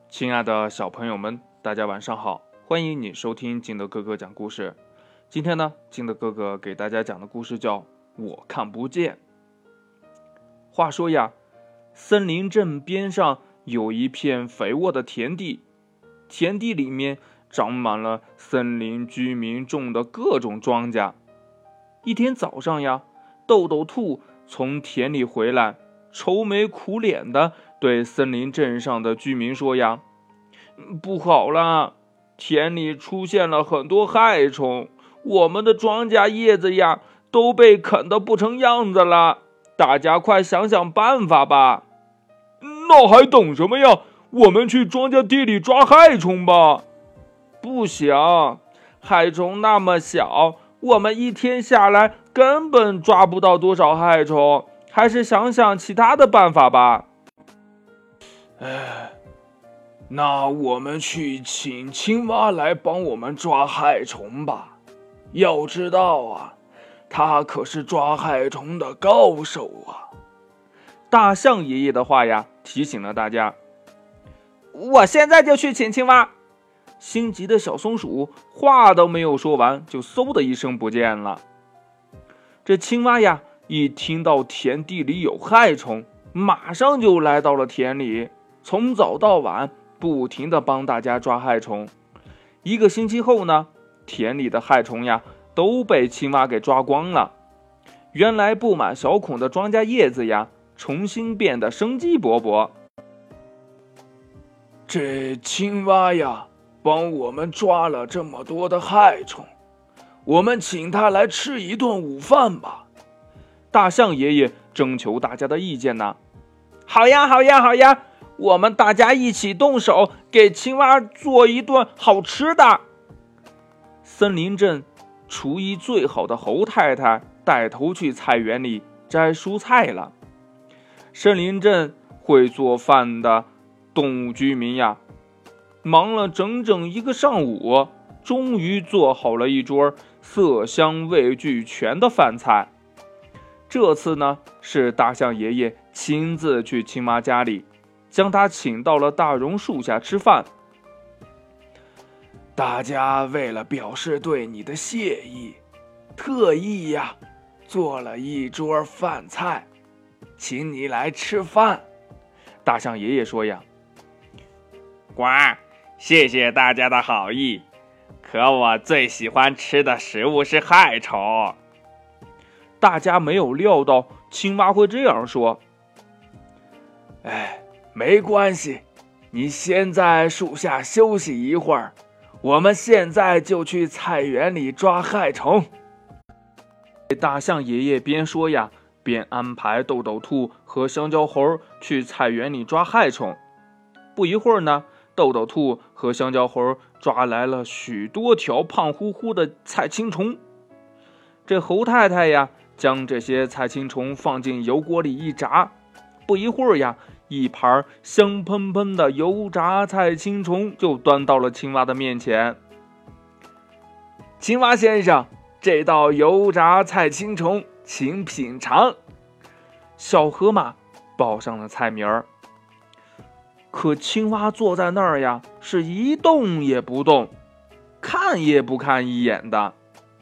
亲爱的小朋友们，大家晚上好，欢迎你收听金德哥哥讲故事。今天呢，金德哥哥给大家讲的故事叫《我看不见》。话说呀，森林镇边上有一片肥沃的田地，田地里面长满了森林居民种的各种庄稼。一天早上呀，豆豆兔从田里回来，愁眉苦脸的对森林镇上的居民说呀：不好了，田里出现了很多害虫，我们的庄稼叶子呀都被啃得不成样子了，大家快想想办法吧。那还等什么呀？我们去庄稼地里抓害虫吧。不行，害虫那么小，我们一天下来根本抓不到多少害虫，还是想想其他的办法吧。那我们去请青蛙来帮我们抓害虫吧。要知道啊，他可是抓害虫的高手啊。大象爷爷的话呀，提醒了大家。我现在就去请青蛙。心急的小松鼠话都没有说完，就嗖的一声不见了。这青蛙呀，一听到田地里有害虫，马上就来到了田里，从早到晚不停地帮大家抓害虫。1个星期后呢，田里的害虫呀都被青蛙给抓光了。原来布满小孔的庄稼叶子呀，重新变得生机勃勃。这青蛙呀，帮我们抓了这么多的害虫，我们请他来吃一顿午饭吧。大象爷爷征求大家的意见呢。好呀，好呀，好呀，我们大家一起动手，给青蛙做一顿好吃的。森林镇厨艺最好的猴太太带头去菜园里摘蔬菜了。森林镇会做饭的动物居民呀，忙了整整1个上午，终于做好了一桌色香味俱全的饭菜。这次呢，是大象爷爷亲自去青蛙家里，将他请到了大榕树下吃饭。大家为了表示对你的谢意，特意呀做了一桌饭菜，请你来吃饭。大象爷爷说呀。呱，谢谢大家的好意，可我最喜欢吃的食物是害虫。大家没有料到青蛙会这样说。没关系，你先在树下休息一会儿，我们现在就去菜园里抓害虫。大象爷爷边说呀，边安排豆豆兔和香蕉猴去菜园里抓害虫。不一会儿呢，豆豆兔和香蕉猴抓来了许多条胖乎乎的菜青虫。这猴太太呀，将这些菜青虫放进油锅里一炸，不一会儿呀，一盘香喷喷的油炸菜青虫就端到了青蛙的面前。青蛙先生，这道油炸菜青虫请品尝。小河马报上了菜名儿。可青蛙坐在那儿呀，是一动也不动，看也不看一眼的。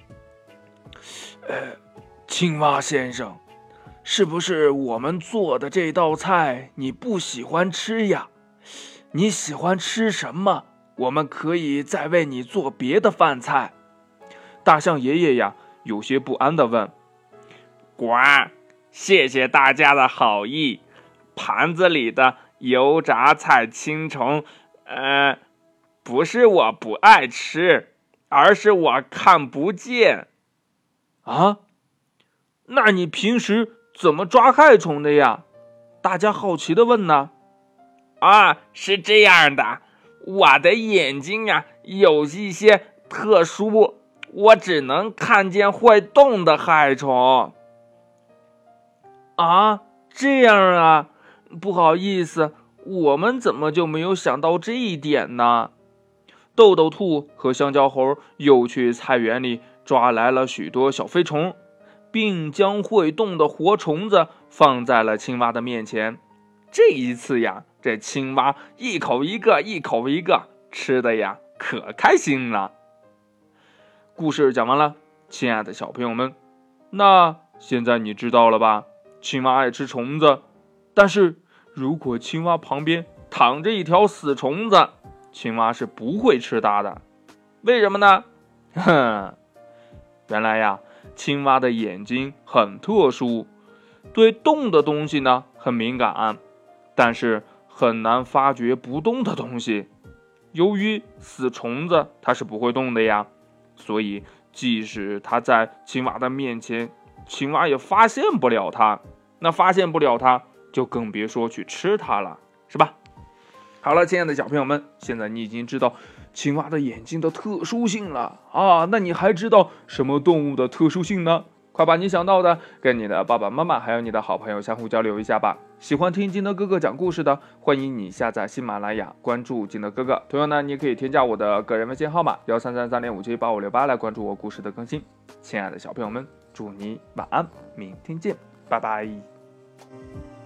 青蛙先生，是不是我们做的这道菜你不喜欢吃呀？你喜欢吃什么？我们可以再为你做别的饭菜。大象爷爷呀，有些不安地问。呱，谢谢大家的好意，盘子里的油炸菜青虫，不是我不爱吃，而是我看不见。啊？那你平时怎么抓害虫的呀？大家好奇地问呢。是这样的，我的眼睛啊有一些特殊，我只能看见会动的害虫。这样啊，不好意思，我们怎么就没有想到这一点呢？豆豆兔和香蕉猴又去菜园里抓来了许多小飞虫，并将会动的活虫子放在了青蛙的面前。 这一次呀，这青蛙一口一个，一口一个，吃的呀可开心了。故事讲完了，亲爱的小朋友们，那现在你知道了吧？青蛙爱吃虫子，但是如果青蛙旁边躺着一条死虫子，青蛙是不会吃它的。为什么呢？原来呀，青蛙的眼睛很特殊，对动的东西呢很敏感，但是很难发觉不动的东西。由于死虫子它是不会动的呀，所以即使它在青蛙的面前，青蛙也发现不了它。那发现不了它，就更别说去吃它了，是吧？好了，亲爱的小朋友们，现在你已经知道青蛙的眼睛的特殊性了啊！那你还知道什么动物的特殊性呢？快把你想到的跟你的爸爸妈妈还有你的好朋友相互交流一下吧。喜欢听金德哥哥讲故事的，欢迎你下载喜马拉雅，关注金德哥哥。同样呢，你也可以添加我的个人微信号码1333057858来关注我故事的更新。亲爱的小朋友们，祝你晚安，明天见，拜拜。